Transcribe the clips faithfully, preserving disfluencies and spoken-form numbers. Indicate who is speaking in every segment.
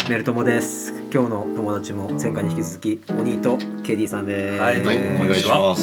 Speaker 1: メルトモです。今日の友達も前回に引き続きお兄と ケーディー さんです。
Speaker 2: はい、はい、お願いします。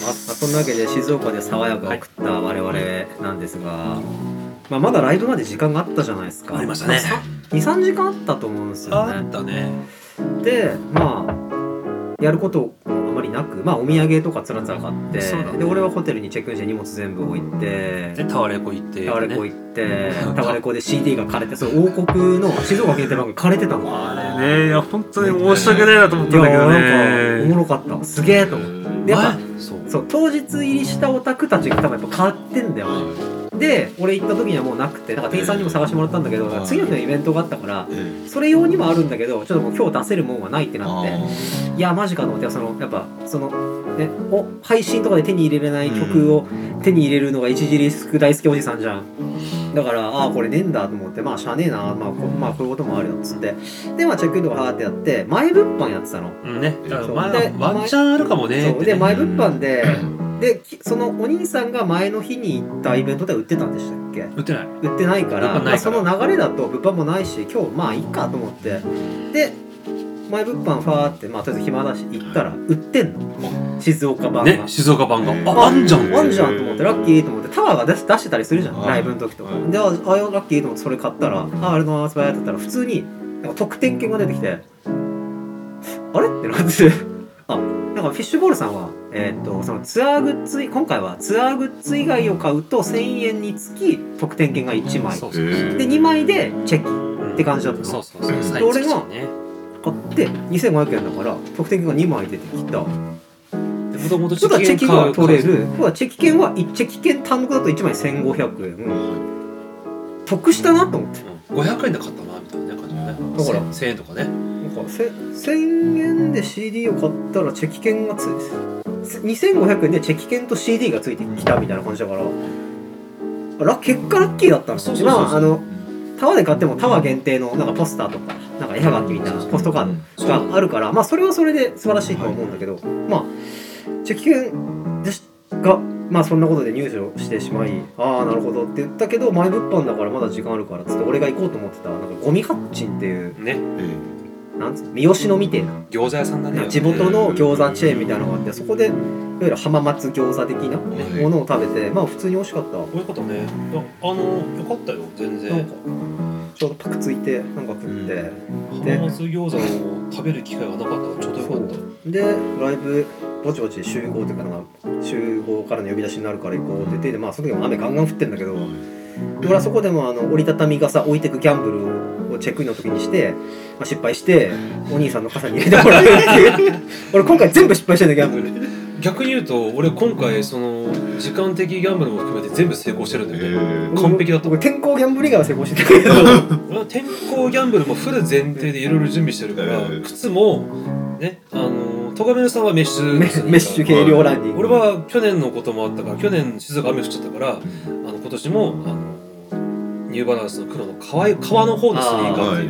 Speaker 1: まあ、そんなわけで静岡で爽やかを送った我々なんですが、まあ、まだライブまで時間があったじゃないですか。
Speaker 2: ありましたね。
Speaker 1: に、さんじかんあったと思うんですよね。
Speaker 2: あったね。
Speaker 1: で、まあやることあまりなく、まあお土産とかつらつら買って、ね、で俺はホテルにチェックインして荷物全部置いて、
Speaker 2: でタワレコ行って、ね、
Speaker 1: タワレコ行ってタワレコで シーディー が枯れて、そう王国の静岡限定番組枯れてたの。
Speaker 2: あれね、いや本当に申し訳ないなと思ったんだけどね。
Speaker 1: なんかおもろかった。すげえと思って。でやっぱ
Speaker 2: そう
Speaker 1: そう当日入りしたオタクたちが多分やっぱ変わってんだよね。で俺行った時にはもうなくて、なんか店員さんにも探してもらったんだけど、次の日のイベントがあったからそれ用にもあるんだけど、ちょっともう今日出せるもんはないってなって、いやマジかと思って、そのやっぱそのね、お配信とかで手に入れれない曲を手に入れるのが著しく大好きおじさんじゃん。だからああこれねえんだと思って、まあしゃあねえな、まあ こ,、まあ、こういうこともあるよっつって、でまあチェックインとかはーってやって前物販やってたの。
Speaker 2: うんね。だからまあワンチャンあるかもね。
Speaker 1: そうで前物販で。でそのお兄さんが前の日に行ったイベントでは売ってたんでしたっけ？売
Speaker 2: ってない
Speaker 1: 売ってないから、
Speaker 2: ないから
Speaker 1: まあ、その流れだと物販もないし今日まあいいかと思って、で前物販ファーって、まあ、とりあえず暇だし行ったら売ってんの、静岡版が
Speaker 2: ね、静岡版があ、あんじゃん
Speaker 1: あんじゃんと思って、ラッキーと思って、タワーが出し出してたりするじゃん、ライブの時とかで、ああラッキーと思ってそれ買ったら、ああれの発売やってたら普通になんか特典券が出てきて、あれってなってあ、なんかフィッシュボールさんはえー、とそのツアーグッズ、今回はツアーグッズ以外を買うとせんえんにつき特典券がいちまいでにまいでチェキって感じだったの。
Speaker 2: そうそうそう、
Speaker 1: で俺が買ってにせんごひゃくえんだから特典券がにまい出てきた。も
Speaker 2: ともと
Speaker 1: チェキが取れる。チェキ券はチェキ券単独だといちまいせんごひゃくえん、得したなと思って、
Speaker 2: うん、ごひゃくえんで買ったなみたいな感じね。だからせんえんとかね、なんか
Speaker 1: せんえんで シーディー を買ったらチェキ券がついてにせんごひゃくえんでチェキ券と シーディー がついてきたみたいな感じだから、ラ結果ラッキーだったんですよ。まああのタワーで買ってもタワー限定のなんかポスターとかなんか絵はがきみたいなポストカードがあるから、まあそれはそれで素晴らしいとは思うんだけど、まあチェキ券でしがまあそんなことで入手してしまい、ああなるほどって言ったけど、前物販だからまだ時間あるからっつって俺が行こうと思ってたなんかゴミハッチンっていう
Speaker 2: ね、
Speaker 1: なんつうの三好のみてえな
Speaker 2: 餃子屋さんだね、
Speaker 1: 地元の餃子チェーンみたいなのがあって、そこでいわゆる浜松餃子的なものを食べて、まあ普通に美味しかった。
Speaker 2: 美味しかったね。あのよかったよ全然。
Speaker 1: なんかちょうどパクついてなんか食って、うん、で
Speaker 2: 浜松餃子を食べる機会がなかったらちょうどよかった。
Speaker 1: でライブぼちぼち集合というか、なんか集合からの呼び出しになるから行こうって言って、まあその時も雨ガンガン降ってんだけど、俺はそこでもあの折りたたみ傘置いてくギャンブルをチェックインの時にして、まあ、失敗してお兄さんの傘に入れてもらえるっていう俺今回全部失敗してんだギャンブル。
Speaker 2: 逆に言うと俺今回その時間的ギャンブルも含めて全部成功してるんだよね。完璧だった。
Speaker 1: 俺天候ギャンブル以外は成功してたけど
Speaker 2: 俺は天候ギャンブルもフル前提でいろいろ準備してるから、靴もね、あのトガメルさんはメッシュ
Speaker 1: メッシュ軽量ランニング、
Speaker 2: 俺は去年のこともあったから、去年静岡雨降っちゃったから、あの今年もあのニューバランスの黒の革革の方のスニーカーっていう、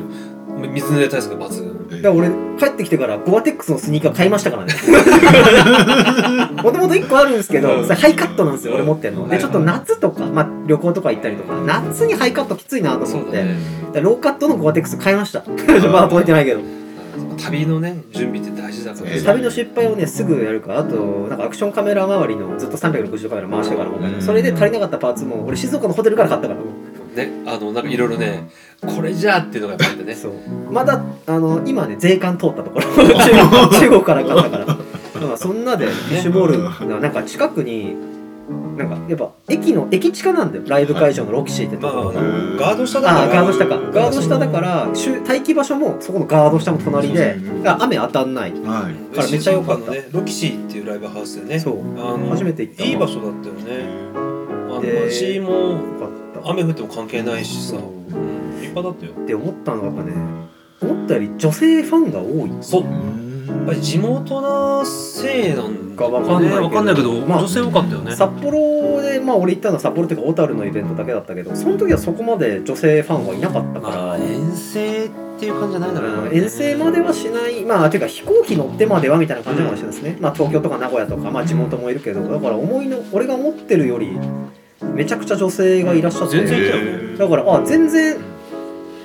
Speaker 2: はい、水濡れ対策抜群。
Speaker 1: だから俺帰ってきてからゴアテックスのスニーカー買いましたからね。もともといっこあるんですけど、それハイカットなんですよ俺持ってるので、ちょっと夏とか、まあ、旅行とか行ったりとか夏にハイカットきついなと思って、ね、ローカットのゴアテックス買いました。まだ届いてないけど。
Speaker 2: 旅のね準備って大事だから、ね、
Speaker 1: 旅の失敗をねすぐやるから、あとなんかアクションカメラ周りのずっとさんびゃくろくじゅうどカメラ回してから、うん、それで足りなかったパーツも俺静岡のホテルから買ったから
Speaker 2: ね、あのなんかいろいろねこれじゃあっていうのがやっぱりね。
Speaker 1: そうまだあの今ね税関通ったところ中国から買ったからだからそんなでフィッシュボールなんか近くになんかやっぱ駅の駅地下なんだよ、ライブ会場のロキシーってところが、まあ、
Speaker 2: ガード下だから、
Speaker 1: あガード下かガード下だから待機場所もそこのガード下も隣で、雨当たんない、はい、からめっちゃ良かった、ね、
Speaker 2: ロキシーっていうライブハウスでね、そうあの
Speaker 1: 初めて行った
Speaker 2: いい場所だったよね。あの街も雨降っても関係ないしさ、立派だったよ
Speaker 1: って思ったのがやっぱね、思ったより女性ファンが多い。
Speaker 2: そうやっぱり地元なせいなん
Speaker 1: か分かんないけど、
Speaker 2: 分かんないけど、まあ、女性多かったよね。
Speaker 1: 札幌でまあ俺行ったのは札幌っていうか小樽のイベントだけだったけど、その時はそこまで女性ファンはいなかったから、まあ、
Speaker 2: 遠征っていう感じじゃないだろう
Speaker 1: ね。遠征まではしない、まあていうか飛行機乗ってまではみたいな感じかもしれないですね。まあ東京とか名古屋とかまあ地元もいるけど、だから思いの俺が思ってるよりめちゃくちゃ女性がいらっしゃって、
Speaker 2: 全然いたよね。
Speaker 1: だからあ全然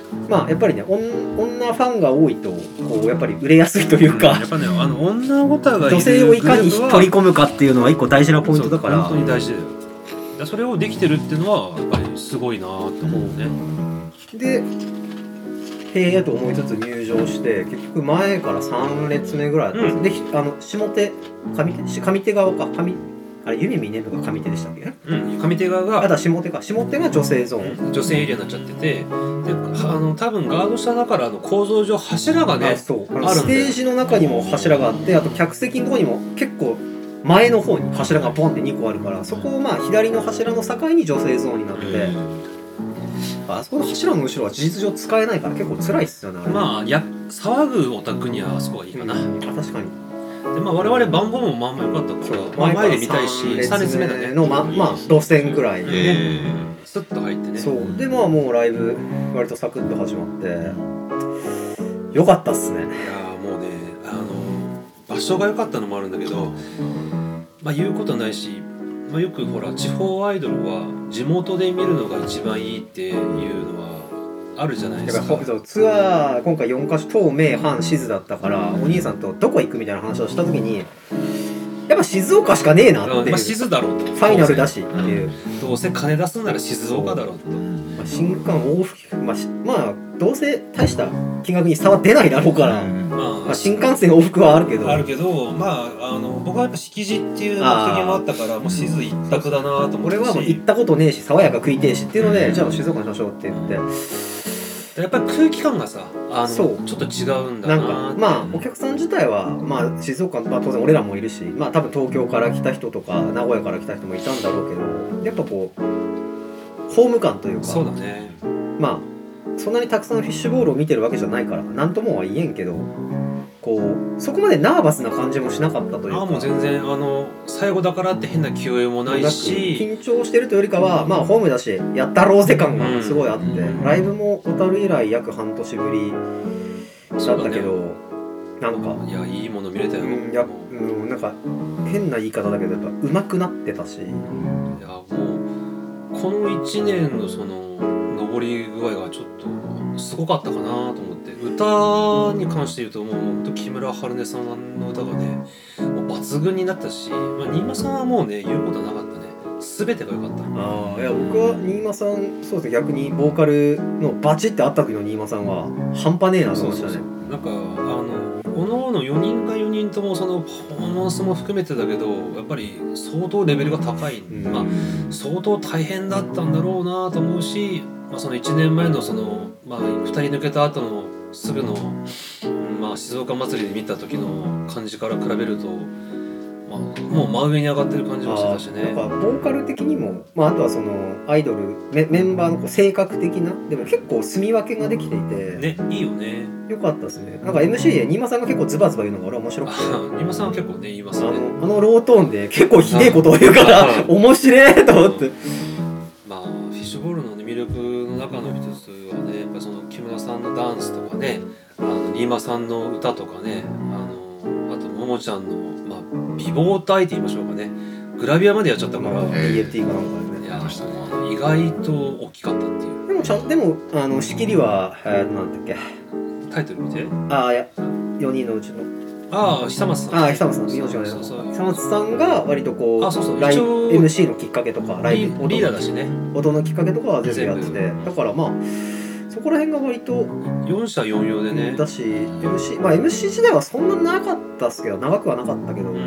Speaker 1: まあやっぱりね女ファンが多いとこうやっぱり売れやすいというか、
Speaker 2: うん、やっぱねあの女オタがいる
Speaker 1: 女性をいかに取り込むかっていうのは一個大事なポイントだから、
Speaker 2: 本当に大事だよ。だそれをできてるっていうのはやっぱりすごいなと思うね、
Speaker 1: うん、でへえと思いつつ入場して結局前からさん列目ぐらいだったんです、うん、であの下手上手上手側か上あれ夢見ねぶが上手でしたっけ、
Speaker 2: うん、上手側が
Speaker 1: あだ下手か下手が女性ゾーン、
Speaker 2: うん、女性エリアになっちゃっててであの多分ガード下だからあの構造上柱がね
Speaker 1: あそうあのステージの中にも柱があってあと客席のとこにも結構前の方に柱がポンってにこあるからそこをまあ左の柱の境に女性ゾーンになって、うん、あそこの柱の後ろは事実上使えないから結構辛いっすよねあれ。
Speaker 2: まあや騒ぐオタクにはあそこがいいかな、うん、
Speaker 1: 確かに。
Speaker 2: でまあ、我々番号もまんま良かったから、まあ、前で見たいしさん列目だね
Speaker 1: のままあ路線ぐらいで、
Speaker 2: えー、スッと入ってね。
Speaker 1: そうでまあもうライブ割とサクッと始まってよかったっすね。いや
Speaker 2: もうねあの場所が良かったのもあるんだけど、まあ、言うことないし、まあ、よくほら地方アイドルは地元で見るのが一番いいっていうのはあるじゃないですか。だから
Speaker 1: ツアー今回よんか所東名阪静だったから、うん、お兄さんとどこ行くみたいな話をした時にやっぱ静岡しかねえなっていう、
Speaker 2: うんまあ、静だろうと
Speaker 1: ファイナルだしっていう、
Speaker 2: うん、どうせ金出すなら静岡だろうと、
Speaker 1: まあ、新幹往復、まあ、まあどうせ大した金額に差は出ないだろうから、うんまあまあ、新幹線往復はあるけど
Speaker 2: あるけどまああの僕はやっぱ敷地っていう目的もあったからもう静一択だなと思ってし、
Speaker 1: 俺はもう行ったことねえし爽やか食いてえしっていうので、うん、じゃあ静岡にしましょうって言って。
Speaker 2: やっぱり空気感がさあのそうちょっと違うんだな。
Speaker 1: なんかまあお客さん自体は、まあ、静岡、まあ、当然俺らもいるし、まあ、多分東京から来た人とか名古屋から来た人もいたんだろうけどやっぱこうホーム感というか
Speaker 2: そうだね
Speaker 1: まあそんなにたくさんフィッシュボールを見てるわけじゃないから何ともは言えんけどこうそこまでナーバスな感じもしなかったというか。
Speaker 2: あもう全然あの最後だからって変な気負いもないし
Speaker 1: 緊張してるというよりかはまあホームだしやったろうぜ感がすごいあって、うん、ライブも小樽以来約半年ぶりだったけど、ね、なんか
Speaker 2: いやいいもの見れたよ、うん、
Speaker 1: いや、うん、なんか変な言い方だけどやっぱ上手くなってたし、いや
Speaker 2: もうこのいちねんのその上り具合がちょっとすごかったかなと思って歌に関して言うともう本当木村春音さんの歌がねもう抜群になったし、まあ、新間さんはもうね言うことなかったね全てが良かった。
Speaker 1: ああいや僕は新間さんそうですね逆にボーカルのバチってあった時の新間さんは半端ねえなと思いましたね。そうそうそう
Speaker 2: なんかあの各々よにんかよにんともそのパフォーマンスも含めてだけどやっぱり相当レベルが高い、うんまあ、相当大変だったんだろうなと思うし、まあ、そのいちねんまえのその、まあ、ふたり抜けた後のすぐの、まあ、静岡祭りで見た時の感じから比べると、まあ、もう真上に上がってる感じもしてたしね。
Speaker 1: なんかボーカル的にも、まあ、あとはそのアイドル メ, メンバーのこう性格的なでも結構住み分けができていて
Speaker 2: ねいいよね
Speaker 1: よかったですね。なんか エムシー で新間さんが結構ズバズバ言うのが俺は面白くて
Speaker 2: 新間さんは結構ね言いますね
Speaker 1: あのあのロートーンで結構ひでえことを言うから面白いと思って
Speaker 2: まあフィッシュボールの、ね、魅力の中の一つはねやっぱその木村さんのダンスとかねあの新間さんの歌とかねあのあとももちゃんの、まあ、美貌体って言いましょうかねグラビアまでやっちゃったから、
Speaker 1: まあ、ディーエルティー かなんかでね
Speaker 2: いや意外と大きかったっていう
Speaker 1: でもちゃんでもあの仕切りは、えー、なんだっけ
Speaker 2: タイトル見て
Speaker 1: ああいやよにんのうちの
Speaker 2: ああ久松さん
Speaker 1: ああ久松さん名字がね久松さんが割とこう
Speaker 2: あそうそう
Speaker 1: ライブ エムシー のきっかけとかライブ
Speaker 2: リーダーだしね
Speaker 1: 音のきっかけとかは全部やっててだからまあそこら辺が割と
Speaker 2: よん社よん用でね
Speaker 1: だし エムシー まあ エムシー 時代はそんななかったっすけど長くはなかったけど、うん、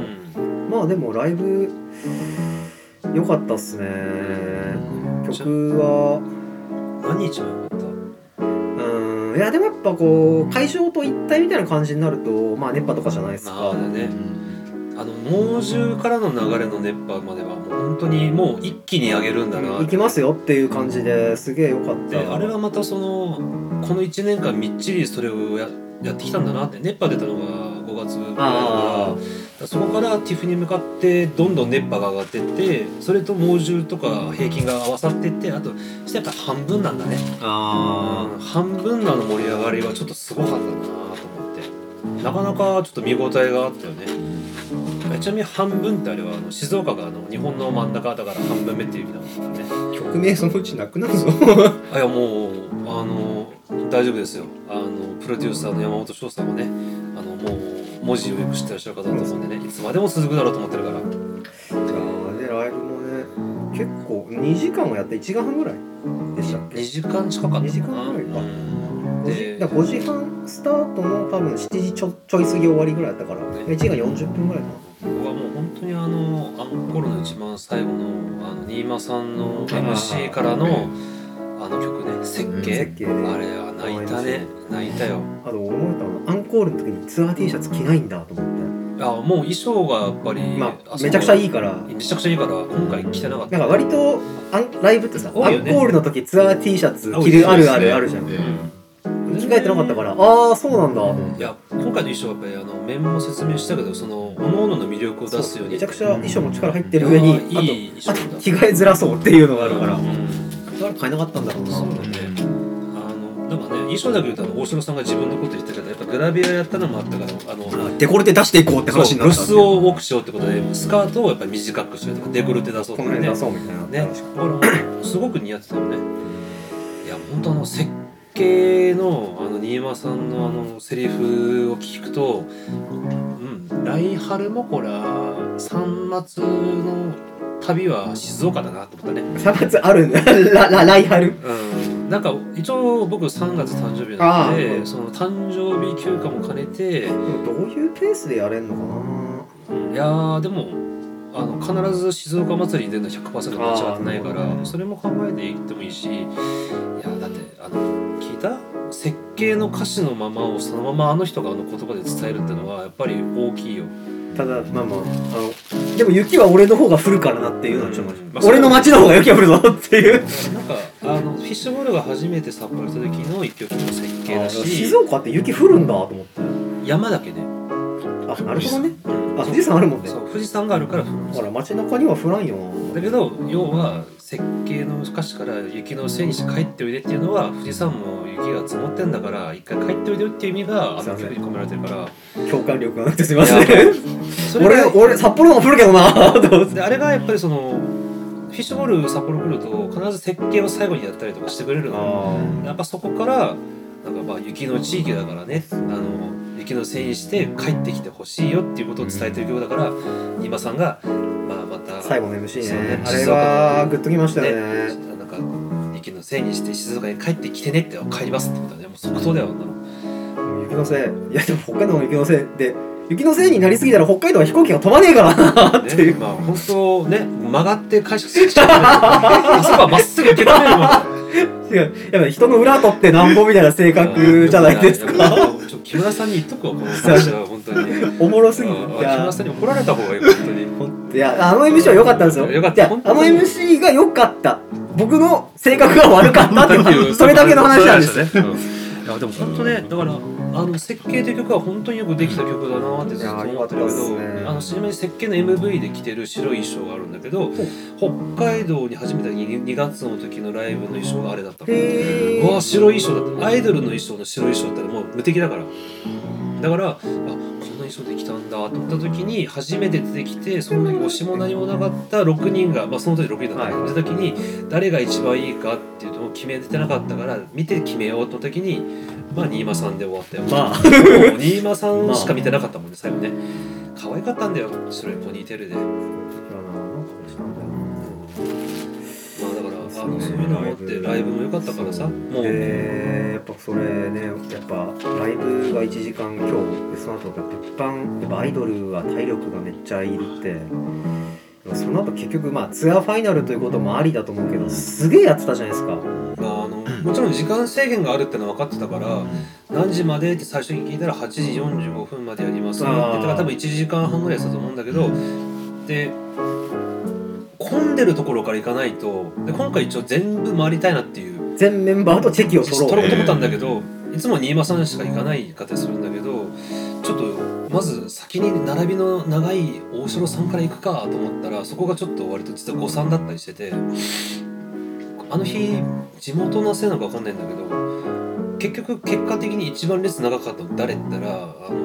Speaker 1: まあでもライブ良かったっすね。曲は
Speaker 2: 何一番良かった？
Speaker 1: うんいやでもやっぱこう会場と一体みたいな感じになるとまあ熱波とかじゃないですか。
Speaker 2: まあね、あの猛獣からの流れの熱波まではもう本当にもう一気に上げるんだな
Speaker 1: 行きますよっていう感じですげえ良かった。
Speaker 2: であれはまたそのこのいちねんかんみっちりそれを や, やってきたんだなって熱波出たのがごがつぐらいだからそこからティフに向かってどんどん熱波が上がってってそれと猛獣とか平均が合わさってってあとしてやっぱ半分なんだね。あ、うん、半分なの盛り上がりはちょっとすごかったなと思ってなかなかちょっと見応えがあったよね。 ちなみに半分ってあれはあの静岡があの日本の真ん中だから半分目っていう意味なんだからね。
Speaker 1: 曲名そのうちなくなるぞ
Speaker 2: あいやもうあの大丈夫ですよ。あのプロデューサーの山本翔さんはね、あのもう文字をよく知ってらっしゃる方だと思うんでね、いつまでも続くだろうと思ってるから。
Speaker 1: いやーでライブもね結構にじかんもやっていちじかんはんぐらいでしたっけ。
Speaker 2: にじかん近かったかな。
Speaker 1: にじかんぐらいか、
Speaker 2: うんで
Speaker 1: だからごじはんスタートの多分しちじちょちょい過ぎ終わりぐらいだったからいちじかんよんじゅっぷんぐらいかな。
Speaker 2: 僕はもう本当にあのあの頃の一番最後のあの新間さんの エムシー からのあの曲ね設計、
Speaker 1: 設計で
Speaker 2: あれは泣いたね。泣いたよ。
Speaker 1: あと思ったのアンコールの時にツアー T シャツ着ないんだと思って、
Speaker 2: あもう衣装がやっぱり、
Speaker 1: まあ、めちゃくちゃいい
Speaker 2: い
Speaker 1: から
Speaker 2: めちゃくちゃいいから今回着てなかった。
Speaker 1: なんか割とアンライブってさ、アン
Speaker 2: 多いよね
Speaker 1: コールの時ツアー T シャツ着るあるあるあるじゃん。着替えてなかったから、ああそうなんだと思って。
Speaker 2: いや今回の衣装はやっぱりあの面も説明したけどその各々の魅力を出すように
Speaker 1: めちゃくちゃ衣装も力入ってる上に、
Speaker 2: いやいい
Speaker 1: あとあ
Speaker 2: 衣装だ
Speaker 1: と着替えづらそうっていうのがあるから、
Speaker 2: うん
Speaker 1: だから買えなかったんだろうな。
Speaker 2: そうだね。あのなんかね衣装だけ言うとあの大城さんが自分のこと言ってたけどやっぱグラビアやったのもあったからあの
Speaker 1: デコルテ出していこうって話になった。
Speaker 2: そう露出を多くしようってことでスカートをやっぱり短くしようとかデコルテ出そうとかね。
Speaker 1: この辺出そうみたいな
Speaker 2: ね、これすごく似合ってたよね。いや本当あの設計のあの新間さんのあのセリフを聞くと、うん来春もこれは三月の旅は静岡だなと思ったね。
Speaker 1: さんがつあるんだらら来春。
Speaker 2: うん、なんか一応僕さんがつ誕生日なのでその誕生日休暇も兼ねて、
Speaker 1: でもどういうペースでやれんのかな。
Speaker 2: いやーでもあの必ず静岡祭りに出るのは ひゃくパーセント 間違ってないからそれも考えていってもいいし、いやだってあの聞いた設計の歌詞のままをそのままあの人があの言葉で伝えるっていうのはやっぱり大きいよ。
Speaker 1: ただまあまああのでも雪は俺の方が降るからなっていうのはちょっと、
Speaker 2: まあ
Speaker 1: 俺の町の方が雪が降るぞっていう
Speaker 2: なんかあのフィッシュボールが初めて札幌行った時の一曲の設計だし
Speaker 1: 静岡って雪降るんだと思って。
Speaker 2: 山だけね。
Speaker 1: あなるほどね。
Speaker 2: うん
Speaker 1: あ富士山あるもんね。
Speaker 2: そう富士山があるから降るんですよ。
Speaker 1: ほら街中には降らんよな。
Speaker 2: だけど要は設計の歌詞から雪のせいにして帰っておいでっていうのは富士山も雪が積もってんだから一回帰っておいでよっていう意味があの曲に込められてるから
Speaker 1: 共感力がなくてすみません。
Speaker 2: それが
Speaker 1: 俺俺札幌の方が降るけどなと思って。
Speaker 2: であれがやっぱりそのフィッシュボール札幌来ると必ず設計を最後にやったりとかしてくれるの。
Speaker 1: あ
Speaker 2: やっぱそこからなんかまあ雪の地域だからねあの雪のせいにして帰ってきてほしいよっていうことを伝えてる曲だから新間さんが、まあ、また
Speaker 1: 最後の エムシー
Speaker 2: そうね
Speaker 1: ね。あれはグッときましたよね。
Speaker 2: なんか雪のせいにして静岡に帰ってきてねって帰りますってことはねもう即答だよあんなの。
Speaker 1: 雪のせいいやでも北海道の雪のせいで雪のせいになりすぎたら北海道は飛行機が飛ばねえからなっていう、
Speaker 2: ね、まあ本当ね曲がって解釈しちゃうあそこはまっすぐ受け止めるもん
Speaker 1: 違うやっぱ人の裏取ってなんぼみたいな性格じゃないですか。
Speaker 2: いやいやちょ木村さんに言っとくわこの話は本当に
Speaker 1: おもろすぎる。
Speaker 2: 木
Speaker 1: いや
Speaker 2: 村さんに怒られた方がいい本当に。
Speaker 1: いやあの エムシー は良かったんですよ。
Speaker 2: 良かった
Speaker 1: いやあの エムシー が良かった。僕の性格が悪かったっていうそれだけの話なんですよ。
Speaker 2: ね。いやでも本当ねだからあの設計という曲は本当によくできた曲だなってずっと思ってるけど、
Speaker 1: ね、
Speaker 2: あのちなみに設計の エムブイ で着てる白い衣装があるんだけど北海道に初めてにがつの時のライブの衣装があれだったの。うわ白い衣装だったアイドルの衣装の白い衣装だったらもう無敵だからだからあこんな衣装できたんだと思った時に初めて出てきてその時推しも何もなかったろくにんが、まあ、その時ろくにんだったんだけど、はい、出た時に誰が一番いいかっていうのを決めてなかったから見て決めようと時にまあ新間さんで終わったよ。まあもう新間さんしか見てなかったもんね最後ね。可愛かったんだよ白いポニーテールで。まあだからあのそういうのもあってライブも良かったからさもう、
Speaker 1: えー、やっぱそれねやっぱライブがいちじかん強でその後やっぱ一般やっぱアイドルは体力がめっちゃいるってその後結局まあツアーファイナルということもありだと思うけどすげえやってたじゃないですか。
Speaker 2: まあ、あのもちろん時間制限があるってのは分かってたから何時までって最初に聞いたらはちじよんじゅうごふんまでやりますって言ったから多分いちじかんはんぐらいしたと思うんだけどで混んでるところから行かないとで今回一応全部回りたいなっていう
Speaker 1: 全メンバーとチェキを取ろう
Speaker 2: 取ろうと思ったんだけどいつも新間さんしか行かない方するんだけどちょっとまず先に並びの長い大城さんから行くかと思ったらそこがちょっと割と実は誤算だったりしててあの日地元のせいなのか分かんないんだけど結局結果的に一番列長かったの誰って言ったらあの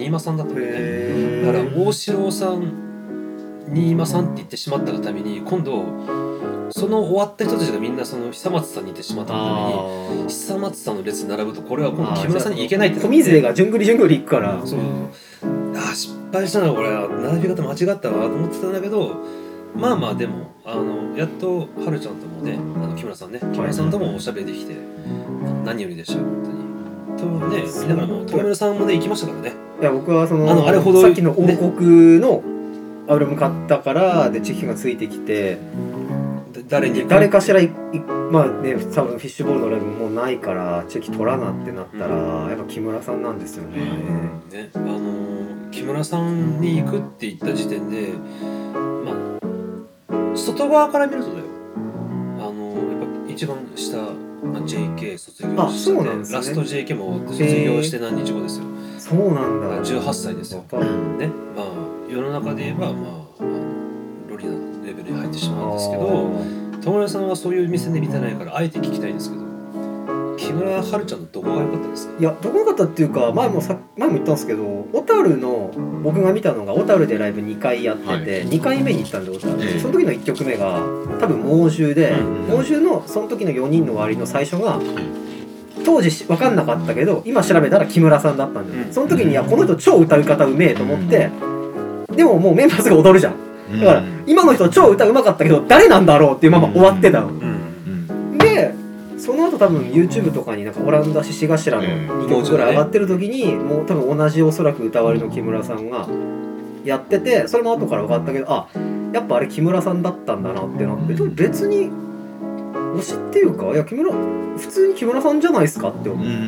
Speaker 2: 新間さんだったんだよね。
Speaker 1: へ
Speaker 2: だから大城さん新間さんって言ってしまったがために今度その終わった人たちがみんなその久松さんに行ってしまったがために久松さんの列に並ぶとこれは今度木村さんに行けないって
Speaker 1: 小水がじゅんぐりじゅんぐり行くから
Speaker 2: そうあー失敗したなこれ並び方間違ったなと思ってたんだけどまあまあでもあのやっとはるちゃんともねあの木村さんね木村さんともおしゃべりできて何よりでしたよ本当に。とねだからもうトーメルさんもね行きましたからね。
Speaker 1: いや僕はその
Speaker 2: あのあれほど
Speaker 1: さっきの王国のアルバム買ったからでチェキがついてきて
Speaker 2: 誰に
Speaker 1: 誰かしらいいまあね多分フィッシュボールのライブもうないからチェキ取らなってなったら、うん、やっぱ木村さんなんですよね。
Speaker 2: うん、ねあのー、木村さんに行くって言った時点でまあ外側から見るとだよあのー、やっぱ一番下まあ、ジェイケー 卒業して、ね、ラスト ジェイケー も卒業して何日後ですよ。
Speaker 1: そうなんだ。
Speaker 2: じゅうはっさいですよ。ね、まあ世の中で言えばまああのロリナのレベルに入ってしまうんですけど、友村さんはそういう目線で見てないからあえて聞きたいんですけど、木村春ちゃんのどこが良かったですか？
Speaker 1: いやどこが良かったっていうか前もさ前も言ったんですけど、小樽の僕が見たのが小樽でライブにかいやってて、はい、にかいめに行ったんで小樽、ええ、その時のいっきょくめが多分猛獣で、うん、猛獣のその時のよにんの割の最初が、うん、当時分かんなかったけど今調べたら木村さんだったんで、うん、その時にいやこの人超歌い方うめえと思って、うん、でももうメンバーすぐ踊るじゃん。だから今の人超歌うまかったけど誰なんだろうっていうまま終わってたの、うんうん、でその後多分 YouTube とかになんかオランダ獅子頭のにきょくぐらい上がってる時にもう多分同じおそらく歌割りの木村さんがやってて、それも後から分かったけどあやっぱあれ木村さんだったんだなってなって、でも別に推しっていうかいや木村普通に木村さんじゃないですかって思う、うんうん、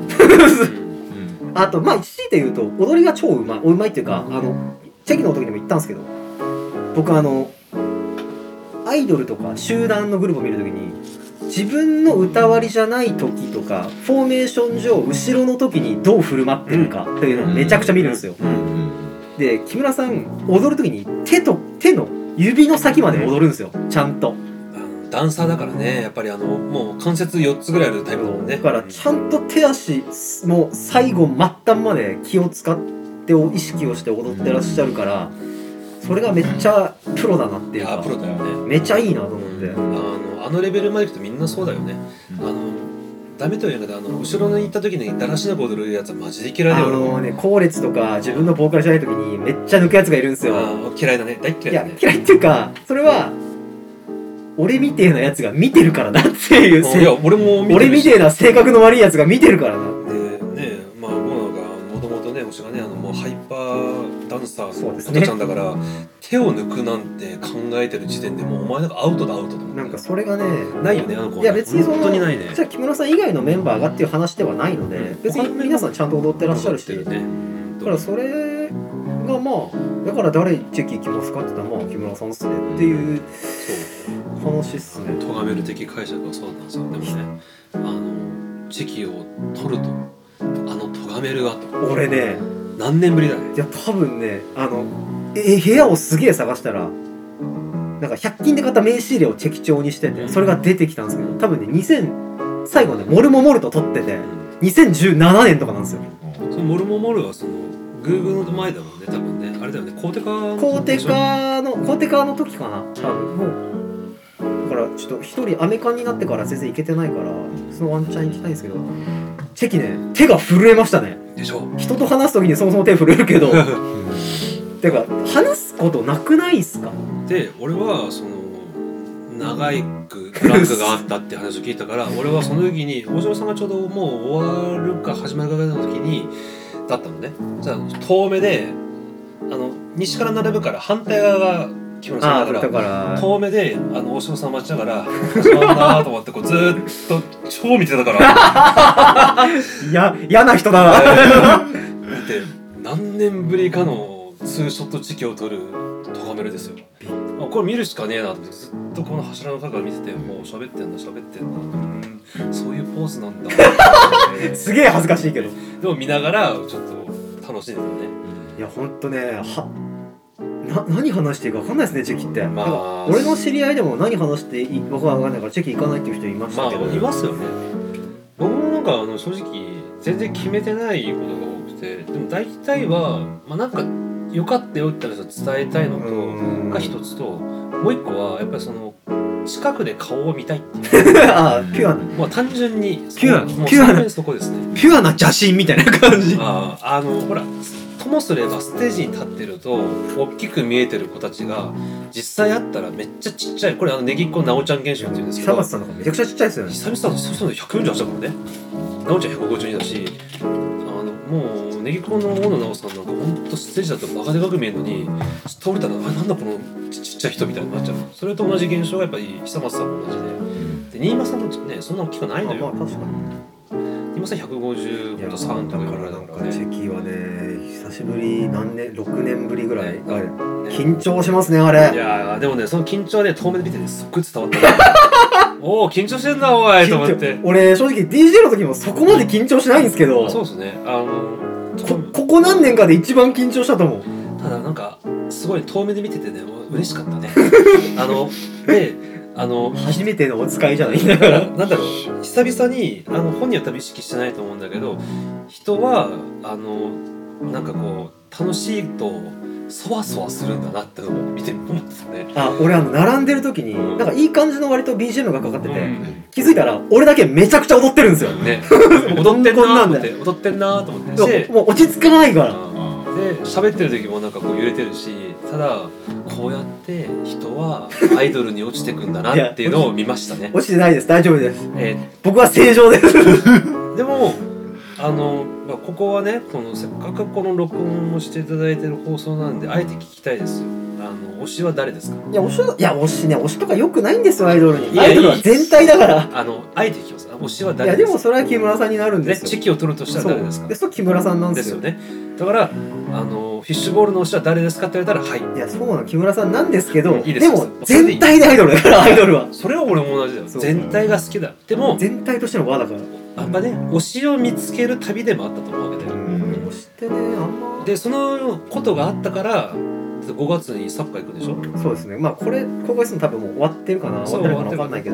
Speaker 1: あとまあ一時で言うと踊りが超うまいうまいっていうかあのチェキの時にも言ったんですけど僕あのアイドルとか集団のグループを見る時に自分の歌割りじゃない時とかフォーメーション上後ろの時にどう振る舞ってるかっていうのをめちゃくちゃ見るんですよ。で木村さん踊る時に手と手の指の先まで踊るんですよちゃんと。
Speaker 2: ダンサーだからねやっぱりあのもう関節よっつぐらいあるタイプだもんね。
Speaker 1: だからちゃんと手足も最後末端まで気を使って意識をして踊ってらっしゃるからそれがめっちゃプロだなっていうか。
Speaker 2: いやプロだよね。
Speaker 1: めっちゃいいなと思って。
Speaker 2: あのあのレベルまで行くとみんなそうだよね。あのダメというかあの後ろに行った時にだらしなく踊るやつはマジで嫌いだよ。
Speaker 1: あのね後列とか自分のボーカルじゃない時にめっちゃ抜くやつがいるんですよ。
Speaker 2: あ嫌いだね大嫌いだね。
Speaker 1: いや嫌いっていうかそれは俺みてえなやつが見てるからなっていう。
Speaker 2: いや俺も見てるし
Speaker 1: 俺みてえな性格の悪いやつが見てるからな。
Speaker 2: でねまあもうなんかもともとね推しがねあのもうハイパーダンサーのことちゃんだから、ね、手を抜くなんて考えてる時点でもうお前なんかアウトだアウトと思って。
Speaker 1: なんかそれがね
Speaker 2: ないよねあの子。
Speaker 1: いや別にその
Speaker 2: 本当にないね。
Speaker 1: じゃあ木村さん以外のメンバーがっていう話ではないので、うん、別に皆さんちゃんと踊ってらっしゃるし、ね、だからそれがまあだから誰チェキ行きますかって言ったらまあ木村さんっすねっていう話っすね。
Speaker 2: 咎める的解釈はそうなんですよ。でもねあのチェキを取るとあの咎めるはと
Speaker 1: 俺ね
Speaker 2: 何年ぶりだね。
Speaker 1: いや多分ねあのえ部屋をすげえ探したらなんかひゃく均で買った名刺入れをチェキ帳にしててそれが出てきたんですけど多分ねにせん最後ねモルモモルと撮っててにせんじゅうななねんとかなんですよ。
Speaker 2: そのモルモモルはそのグーグルの前だもんね多分ねあれだよねコーテカの
Speaker 1: コーテカのコーテカの時かな多分もうだからちょっと一人アメカンになってから全然行けてないからそのワンチャン行きたいんですけどチェキね手が震えましたね。
Speaker 2: でしょ。
Speaker 1: 人と話す時にそもそも手震えるけどてか話すことなくないっすか。
Speaker 2: で俺はその長いくブランクがあったって話を聞いたから俺はその時に大島さんがちょうどもう終わるか始まるかぐらいの時にだったのね。じゃあ遠目であの西から並ぶから反対側が木村さんだから遠目であの大島さん待ちながら始まるなと思ってこうずーっと超見てたから
Speaker 1: いや嫌な人だな
Speaker 2: 見て何年ぶりかのツーショットチェキを撮るトガメルですよ。あこれ見るしかねえなと思ってずっとこの柱の角から見ててもう喋ってんだ喋ってんだうんそういうポーズなんだ
Speaker 1: すげえ恥ずかしいけど
Speaker 2: でも見ながらちょっと楽しんでたね。
Speaker 1: いやほんとねはな何話していいか分かんないですねチェキって、まあ、俺の知り合いでも何話していい僕は分かんないからチェキ行かないっていう人いましたけど、
Speaker 2: まあ、いますよね。僕もなんかあの正直全然決めてないことが多くて、でも大体は、まあ、なんか良かったよって伝えたいのとが一つと、もう一個はやっぱりその近くで顔を見たいっていう
Speaker 1: あピュアな、
Speaker 2: もう単純に
Speaker 1: ピュア
Speaker 2: もう
Speaker 1: ピュアな
Speaker 2: そこですね。
Speaker 1: ピュアな邪神みたいな感じ。
Speaker 2: ああのほらともすればステージに立ってると大きく見えてる子たちが実際会ったらめっちゃちっちゃい、これあのネギっ子なおちゃん現象っていうんですけど、
Speaker 1: 久松さんとかめちゃくちゃちっちゃいですよね。
Speaker 2: 久々だとそうそうひゃくよんじゅうはちだからね。なおちゃんひゃくごじゅうにだし、あのもうネギっ子の大野直さんなんかほんとステージだとバカでかく見えるのに倒れたら、あなんだこのちっちゃい人みたいになっちゃう。それと同じ現象がやっぱり久松さんも同じで、で新間さんもねそんな大きくないのよ。
Speaker 1: まあ確かに。
Speaker 2: 新間さんひゃくごじゅうさんとか
Speaker 1: だから
Speaker 2: ぐらいだ
Speaker 1: なんか
Speaker 2: からね。
Speaker 1: チェキはね久しぶり何年ろくねんぶりぐらい、
Speaker 2: ね
Speaker 1: あれ
Speaker 2: ね
Speaker 1: 緊張しますねあ
Speaker 2: い
Speaker 1: れ。
Speaker 2: やーでもねその緊張はね遠目で見てねすっごい伝わったねおお緊張してんだおいと思って
Speaker 1: 俺正直 ディージェー の時もそこまで緊張しないんですけど、
Speaker 2: そうですねあの
Speaker 1: こここ何年かで一番緊張したと思う。
Speaker 2: ただなんかすごい遠目で見ててね嬉しかったねあのであの
Speaker 1: 初めてのお使いじゃないんだから
Speaker 2: なんだろう久々にあの本人は多分意識してないと思うんだけど、人はあのなんかこう楽しいとそわそわするんだなってのを見て思ってたね。
Speaker 1: あ俺あの並んでる時に
Speaker 2: うん
Speaker 1: なんかいい感じの割と ビージーエム がかかってて、
Speaker 2: うん
Speaker 1: 気づいたら俺だけめちゃくちゃ踊ってるんですよ。
Speaker 2: ね踊ってんなーと思って踊ってんなーと思ってで
Speaker 1: もう落ち着かないから。
Speaker 2: で喋ってる時もなんかこう揺れてるし、ただこうやって人はアイドルに落ちてくんだなっていうのを見ましたね。
Speaker 1: 落ちてないです、大丈夫です。
Speaker 2: え
Speaker 1: 僕は正常です
Speaker 2: ーでもあの、まあ、ここはねこのせっかくこの録音をしていただいてる放送なんであえて聞きたいですよ。あの推しは誰ですか？
Speaker 1: いや推しはいや推しね推しとか良くないんですよアイドルに。
Speaker 2: いや
Speaker 1: アイドルは全体だから。
Speaker 2: あのあえて聞きます。推しはい
Speaker 1: や
Speaker 2: 誰ですか？
Speaker 1: でもそれは木村さんになるんですよ。
Speaker 2: チェキを取るとしたら誰ですか？
Speaker 1: でそう木村さんなんでよ。
Speaker 2: ですすよね。だからあのフィッシュボールの推しは誰ですかって言われたらはい。
Speaker 1: いやそうなの木村さんなんですけど、
Speaker 2: いいです
Speaker 1: でも全体でアイドルだからアイドルは
Speaker 2: それは俺も同じだよ。
Speaker 1: そう
Speaker 2: 全体が好きだ。でも
Speaker 1: 全体としての輪だから。
Speaker 2: やっぱね推しを見つける旅でもあったと思うわけだよ。
Speaker 1: 推しってねあんま
Speaker 2: でそのことがあったからごがつにサッカー行くでしょ。
Speaker 1: そうですね。まあこれ公開するの多分もう終わってるかな終
Speaker 2: そう
Speaker 1: わってるかな分かんないけど。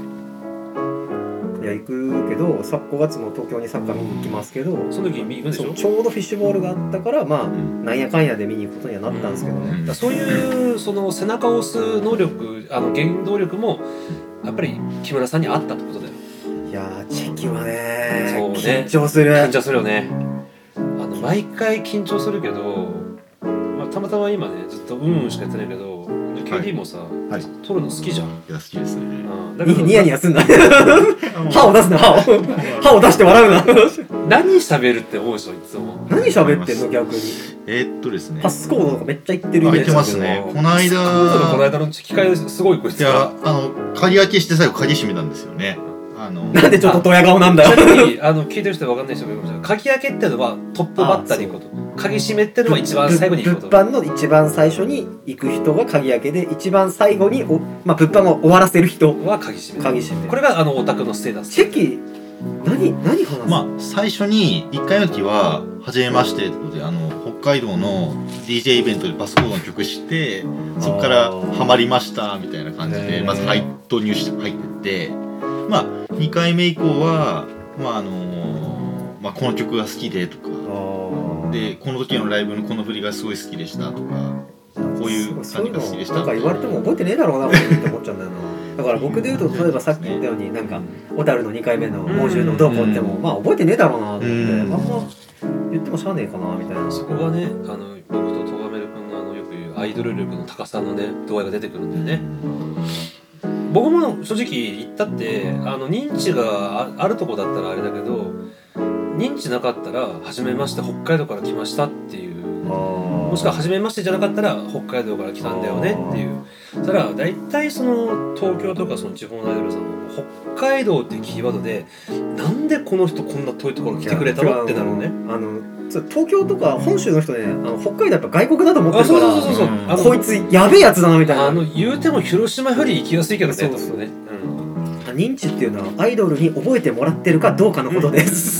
Speaker 1: いや行くけどさごがつも東京にサッカー見に行きますけど、
Speaker 2: その時に行くでしょ。
Speaker 1: そうちょうどフィッシュボールがあったからまあなんやかんやで見に行くことにはなったんですけどね。
Speaker 2: だからそういうその背中を押す能力あの原動力もやっぱり木村さんにあったってことだよ。
Speaker 1: いやーチェキはね
Speaker 2: そうね
Speaker 1: 緊張する。
Speaker 2: 緊張するよね。あの毎回緊張するけど、まあ、たまたま今ねずっとうんうんしかやってないけど、ケーディー もさ、
Speaker 3: はい、
Speaker 2: 撮るの好きじゃん。
Speaker 3: いや好きですね。
Speaker 2: うん、だけど
Speaker 1: ニヤニヤすんな歯を出すな歯を歯を出して笑うな
Speaker 2: 何喋るって思うでしょいつも。
Speaker 1: 何喋ってんの逆に。
Speaker 3: えー、っとですね
Speaker 1: パスコードとかめっちゃ言ってるイメージ
Speaker 3: 開いてますね。この間
Speaker 2: この間の機会すごいこいつ
Speaker 3: いやあの鍵開けして最後鍵閉めたんですよね。あの
Speaker 1: なんでちょっとドヤ顔なんだ
Speaker 2: ちな
Speaker 1: よ
Speaker 2: みにあの聞いてる人は分かんない人もいるかもしれない。鍵開けってのはトップバッターに行くこと、鍵閉めってのは一番最後に行くこと。
Speaker 1: 物販の一番最初に行く人が鍵開けで一番最後にお、まあ、物販を終わらせる人
Speaker 2: は鍵閉め。
Speaker 1: 鍵閉め。
Speaker 2: これがあのオタクのステータス。
Speaker 1: チェキ何何話す、
Speaker 3: まあ最初にいっかいの時は初めましてってことであの北海道の ディージェー イベントでパスコードの曲してそこからハマりましたみたいな感じ
Speaker 1: へー
Speaker 3: でまず入導入して入ってってまあにかいめ以降はまああのまあこの曲が好きでとか
Speaker 1: あ
Speaker 3: でこの時のライブのこの振りがすごい好きでしたとかこういう感じが好きでした
Speaker 1: なんか言われても覚えてねえだろうなって思っちゃうんだよな。だから僕で言うと例えばさっき言ったようになんか小樽のにかいめの猛獣のどうこうってもまあ覚えてねえだろうなと思ってあんま言ってもしゃあねえかなみたいな。
Speaker 2: そこがねあの僕とトガメル君のあのよく言うアイドル力の高さのね度合いが出てくるんだよね。僕も正直言ったってあの認知が あ, あるとこだったらあれだけど認知なかったら初めまして北海道から来ましたっていうもしくは初めましてじゃなかったら北海道から来たんだよねっていうそしたら大体その東京とかその地方のアイドルさんは北海道っていうキーワードでなんでこの人こんな遠いところ来てくれたのってなるのね。
Speaker 1: あの東京とか本州の人ねあの北海道やっぱ外国だと思ってるから
Speaker 2: そうそうそうそうあの
Speaker 1: こいつやべえやつだなみたいな。
Speaker 2: あの言うても広島より行きやすいけどね
Speaker 1: そうそう
Speaker 2: と思うね、うん、
Speaker 1: 認知っていうのはアイドルに覚えてもらってるかどうかのことです、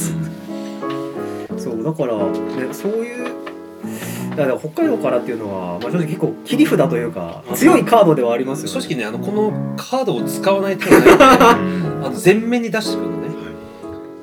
Speaker 1: うん、そうだから、ね、そういうだから北海道からっていうのは、まあ、正直結構切り札というか強いカードではありますよね。
Speaker 2: 正直ねあのこのカードを使わない手はないのであの前面に出してくるのね。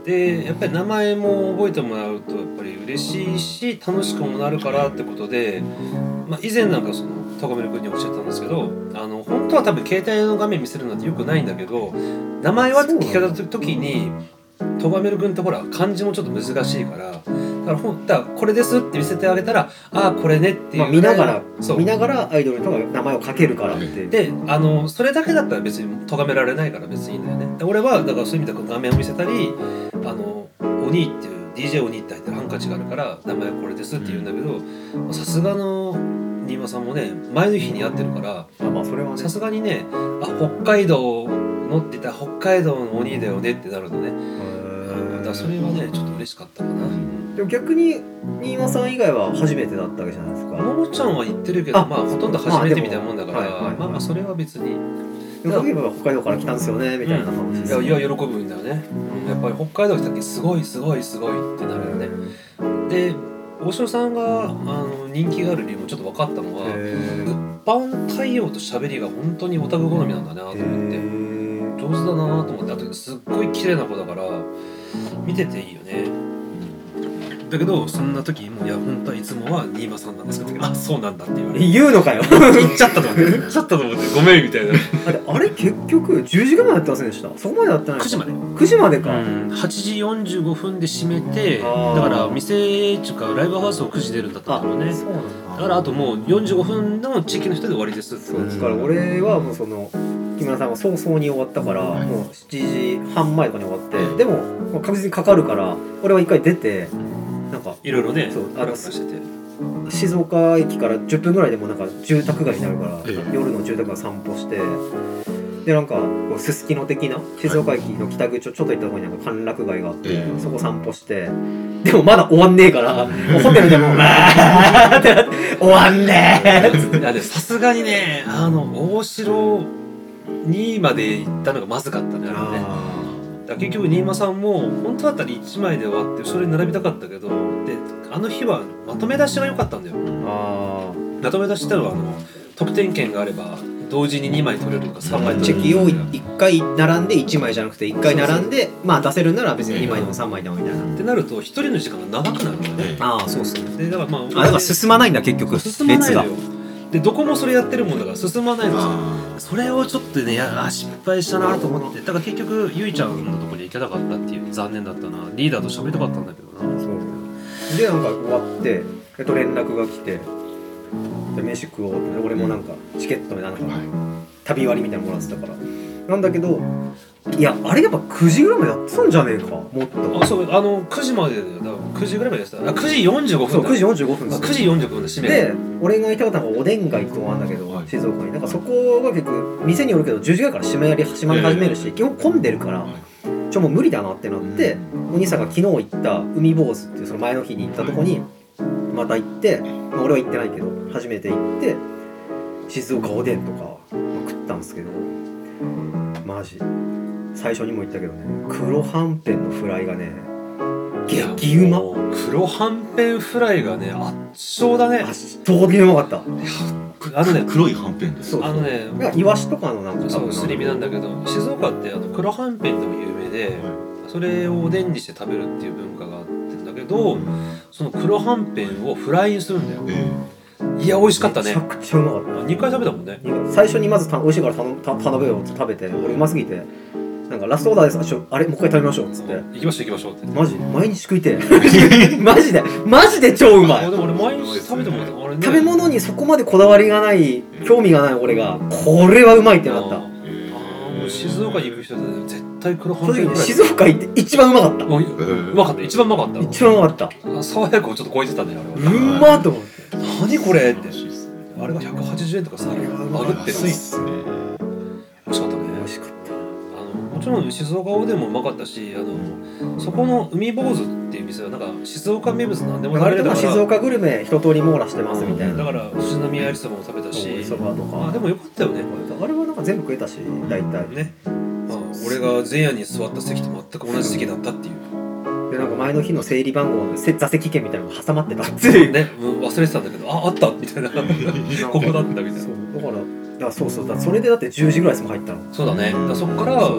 Speaker 2: でやっぱり名前も覚えてもらうとやっぱり嬉しいし楽しくもなるからってことで、まあ、以前なんかそのトガメル君に教えたんですけど、あの本当は多分携帯の画面見せるのってよくないんだけど、名前はって聞かれた時にトガメル君ってほら漢字もちょっと難しいから、だからほんだからこれですって見せてあげたら、ああこれねっていう、
Speaker 1: まあ、見ながら
Speaker 2: そう
Speaker 1: 見ながらアイドルとか名前を書けるからって
Speaker 2: で、あのそれだけだったら別に咎められないから別にいいんだよね。で俺はだからそういう意味で画面を見せたり、あの鬼っていう ディージェー 鬼って入ってるハンカチがあるから名前はこれですって言うんだけど、さすがの新間さんもね前の日に会ってるから、
Speaker 1: まあそれはね
Speaker 2: さすがにね、あ北海道のって言ったら北海道の鬼だよねってなるのね。だからそれはねちょっと嬉しかったかな。
Speaker 1: でも逆に新間さん以外は初めてだったわけじゃないですか。
Speaker 2: ももちゃんは言ってるけど、
Speaker 1: あ
Speaker 2: まあほとんど初めてみたいなもんだから、
Speaker 1: まあでもはいはいはい
Speaker 2: まあまあそれは別に。
Speaker 1: でも例えば北海道から来たんですよねみたいな話です、
Speaker 2: いやいや喜ぶんだよね。やっぱり北海道来た時すごいすごいすごいってなるよね。で大城さんがあの人気がある理由もちょっと分かったのは、物販対応と喋りが本当にオタク好みなんだなと思って上手だなと思って、あとすっごい綺麗な子だから見てていいよね。だけどそんな時もいや本当はいつもは新間さんなんですけど、あそうなんだって言われて
Speaker 1: 言うのかよ
Speaker 2: 言っちゃったと思って言っちゃったと思ってごめんみたいな。
Speaker 1: あれあれ結局じゅうじぐらいやってませんでした？そこまでやってない
Speaker 2: くじまで
Speaker 1: くじまでか、
Speaker 2: うん、はちじよんじゅうごふんで閉めて、だ
Speaker 1: あー
Speaker 2: から店っていうかライブハウスをくじ出るんだったんだろうね。
Speaker 1: そうなんだ。
Speaker 2: だからあともうよんじゅうごふんの地域の人で終わりですって
Speaker 1: そうだから俺はもうその木村さんが早々に終わったから、
Speaker 3: はい
Speaker 1: もうしちじはん前とかに終わって、
Speaker 3: はい
Speaker 1: でももう確実にかかるから俺は一回出てなんか
Speaker 2: いろいろね
Speaker 1: そう
Speaker 2: あらしてて、
Speaker 1: 静岡駅からじゅっぷんぐらいでもうなんか住宅街になるから、
Speaker 3: ええ
Speaker 1: 夜の住宅街散歩してでなんかこうすすきの的な静岡駅の北口をちょっと行ったところになんか歓楽街があって、
Speaker 3: ええ
Speaker 1: そこ散歩してでもまだ終わんねえからもうホテルでもうわーってなって終わんねえっつって
Speaker 2: いやでさすがにねあの大城にまで行ったのがまずかったねあれね。だから結局新間さんも本当だったらいちまいで終わってそれに並びたかったけど、であの日はまとめ出しが良かったんだよ。
Speaker 1: あ
Speaker 2: まとめ出しってのはあの得点券があれば同時ににまい取れるとかさんまい
Speaker 1: ー
Speaker 2: 取れる
Speaker 1: チェキをいっかい並んでいちまいじゃなくていっかい並んでまあ出せるなら別ににまいでもさんまいでもみたいな。
Speaker 2: ってなると一人の時間が長くなるのね。
Speaker 1: ああそうっすね。
Speaker 2: でだからまあ
Speaker 1: あだから進まないんだ結局
Speaker 2: 進まない
Speaker 1: 列が
Speaker 2: のよ。でどこもそれやってるもんだから進まないのさ。
Speaker 3: あ
Speaker 2: それをちょっとねやあ失敗したなと思って、だから結局ゆいちゃんのとこに行けなかったっていう残念だったな。リーダーと喋りたかったんだけどな。
Speaker 1: そうでなんか終わってえっと連絡が来てで飯食おうって俺もなんかチケットでなんか
Speaker 3: ーはい
Speaker 1: 旅割りみたいなのもらってたからなんだけどいやあれやっぱくじぐらいまでやってたんじゃねえかもっと
Speaker 2: あそうあのくじまでだよ。だからくじぐらいまでやってた。あくじよんじゅうごふんだ。
Speaker 1: そうくじよんじゅうごふんですよ
Speaker 2: あくじよんじゅうごふんで閉め
Speaker 1: で
Speaker 2: る。
Speaker 1: 俺が行きたかったのがおでん街ってとこなんだけど、
Speaker 3: はい
Speaker 1: 静岡になんかそこが結構店によるけどじゅうじぐらいから閉まり閉まり始めるし、基本混んでるからちょもう無理だなってなって、お兄さんが昨日行った海坊主っていうその前の日に行ったとこにまた行って、まあ、俺は行ってないけど初めて行って静岡おでんとか食ったんですけどマジ最初にも言ったけどね黒はんぺんのフライがね激うま
Speaker 2: もう黒はんぺんフライがね圧勝だね。
Speaker 1: 圧倒的にうまかった
Speaker 2: あのね
Speaker 3: 黒いはんぺんです。
Speaker 1: そう
Speaker 2: あのね
Speaker 1: なんかイワシとかのなんか
Speaker 2: そうすり身なんだけど静岡ってあの黒はんぺんでも有名でそれをおでんにして食べるっていう文化があってんだけどその黒はんぺんをフライにするんだよ。
Speaker 3: え
Speaker 2: いや美味しかったね
Speaker 1: めちゃ。くちゃうまかった
Speaker 2: にかい食べたもんね。
Speaker 1: 最初にまずた美味しいから頼むた頼めよって食べて俺うますぎてなんかラストオーダーですあちょあれもう一回食べましょうっつって
Speaker 2: 行きましょう行きましょうって。
Speaker 1: マジ毎日食いてえマジでマジで超うまい
Speaker 2: あでも俺毎日食べてもらったあれね。
Speaker 1: 食べ物にそこまでこだわりがない興味がない俺がこれはうまいってなった
Speaker 2: あーあーもう静岡に行く人で絶対黒はん
Speaker 1: 正直ね
Speaker 2: ぺんフライ。
Speaker 1: 静岡行って一番うまかった
Speaker 2: もううまかった一番うまかった。
Speaker 1: 一番うまかった
Speaker 2: あ爽やかをちょっと超えてたねあれは。
Speaker 1: うまっと思って
Speaker 2: 何これって
Speaker 3: 楽。しいっすね。
Speaker 2: あれがひゃくはちじゅうえんとかさ
Speaker 1: あれはうま
Speaker 2: バグってつい
Speaker 3: 安いっすね。
Speaker 2: 美味しかったね。
Speaker 1: 美味しかっ
Speaker 2: あのもちろん静岡おでんもうまかったしあのそこの海坊主っていう店はなんか静岡名物なんでも
Speaker 1: た割とまあ
Speaker 2: 食べれたから
Speaker 1: 静岡グルメ一通り網羅してますみたいな
Speaker 2: だから宇都宮やりそばも食べたし
Speaker 1: おそばとか
Speaker 2: あでもよかったよね
Speaker 1: あれはなんか全部食えたし大体
Speaker 2: ね、まあ、俺が前夜に座った席と全く同じ席だったっていう
Speaker 1: でなんか前の日の整理番号のせ座席券みたいなのが挟まってたっていう
Speaker 2: ねもう忘れてたんだけどああったみたいなここだったみたいな
Speaker 1: そうだからだからそうそうだからそれでだってじゅうじぐらいですもん入ったの
Speaker 2: そうだねだからそっから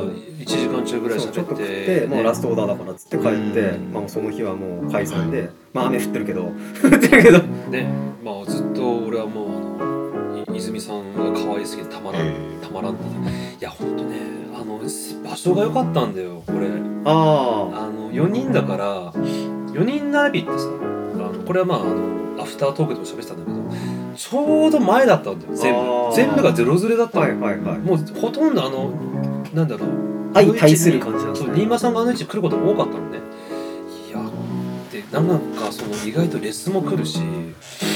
Speaker 2: いちじかんちょいぐらい
Speaker 1: そうちょっと
Speaker 2: 喋っ
Speaker 1: 食ってて、もうラストオーダーだからっつって帰って、
Speaker 3: うん
Speaker 1: まあ、その日はもう解散で、まあ雨降ってるけど降ってるけど
Speaker 2: ね、まあずっと俺はもうあのい泉さんが可愛すぎてたまらん、
Speaker 3: え
Speaker 2: たまらんっていやほんとねあの場所が良かったんだよこれ。
Speaker 1: あ
Speaker 2: あのよにんだからよにん並びってさあのこれはまああのアフタートークでも喋ってたんだけどちょうど前だったんだよ全
Speaker 1: あー
Speaker 2: 部全部がゼロズレだった
Speaker 1: あ
Speaker 2: の、
Speaker 1: はいはいはい
Speaker 2: もうほとんどあのなんだろう
Speaker 1: 相対する感じなんですね
Speaker 2: そう新間さんがあの位置来ることも多かったのね。いやでなんかその意外とレスも来るしあーなん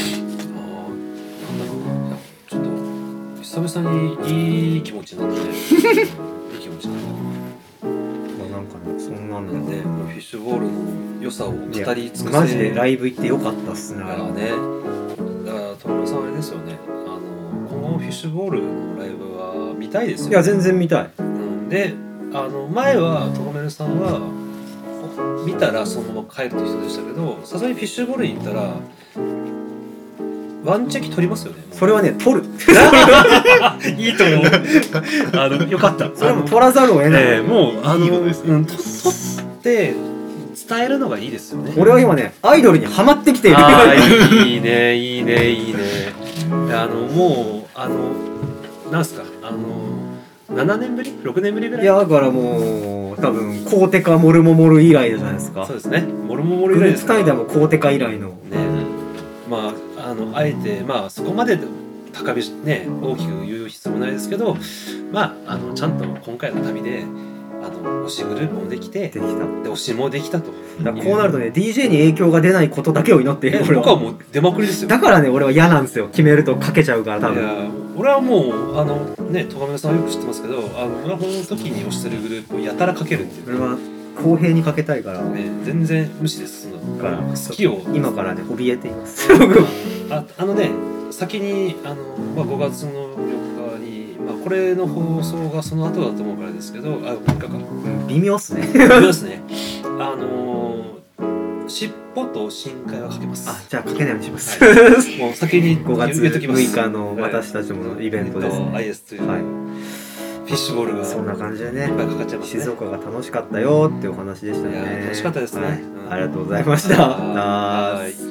Speaker 2: だろういやちょっと久々にいい気持ちになっていい気持ちになった
Speaker 1: まあなんかねそんなん
Speaker 2: なんでもうフィッシュボールの良さを語り尽くせ
Speaker 1: マジでライブ行ってよかったっすね
Speaker 2: だからねだからトムさんあれですよねあの今後もフィッシュボールのライブは見たいですよ、ね、
Speaker 1: いや全然見たい
Speaker 2: うん、であの前はトゴメルさんは見たらそのまま帰るって人でしたけどさすがにフィッシュボールに行ったらワンチェキ取りますよね。
Speaker 1: それはね取る
Speaker 2: いいと思うあのよかった
Speaker 1: それも取らざるを得ない、
Speaker 2: えーもうあの
Speaker 3: いいことですね
Speaker 2: うん、と取って伝えるのがいいですよね。
Speaker 1: 俺は今ねアイドルにハマってきている
Speaker 2: あーいいねいいねいいねあのもうあのなんすかあのななねんぶりろくねんぶりぐらい
Speaker 1: いやだからもう多分コーテカモルモモル以来じゃないですか。
Speaker 2: そうですねモルモモル
Speaker 1: グループ
Speaker 2: ぐらいですから
Speaker 1: 単位でもコーテカ以来の
Speaker 2: ねまああのあえてまあそこまで高飛ね大きく言う必要もないですけどまああのちゃんと今回の旅であの推しグループもできて
Speaker 1: できた。
Speaker 2: で推しもできたと
Speaker 1: だからこうなるとね ディージェー に影響が出ないことだけを祈っている
Speaker 2: え
Speaker 1: 俺
Speaker 2: 僕はもう出まくりですよ。
Speaker 1: だからね俺は嫌なんですよ決めるとかけちゃうから多分
Speaker 2: いや俺はもうあのね戸上さんはよく知ってますけどあの俺はこの時に推してるグループをやたらかけるっていう
Speaker 1: 俺は公平にかけたいから、
Speaker 2: ね全然無視ですその
Speaker 1: だから
Speaker 2: 好きを
Speaker 1: 今からね怯えています
Speaker 2: ああのね先にあの、まあ、ごがつのよっかに、まあ、これの放送がその後だと思うからですけどあみっかか
Speaker 1: 微妙っすね
Speaker 2: ありますねあの尻尾と深海はかけます
Speaker 1: あじゃあかけないようにします、
Speaker 2: はもう先に
Speaker 1: ごがつ
Speaker 2: 言っときます
Speaker 1: むいかの私たちものイベントですね、
Speaker 2: えっと アイエス という、
Speaker 1: はい
Speaker 2: フィッシュボールが
Speaker 1: そんな感じでね
Speaker 2: いっぱいかかっちゃいますね
Speaker 1: 静岡が楽しかったよっていうお話でしたね。
Speaker 2: いや楽しかったですね
Speaker 1: はい
Speaker 2: うん
Speaker 1: ありがとうございました。
Speaker 2: はーい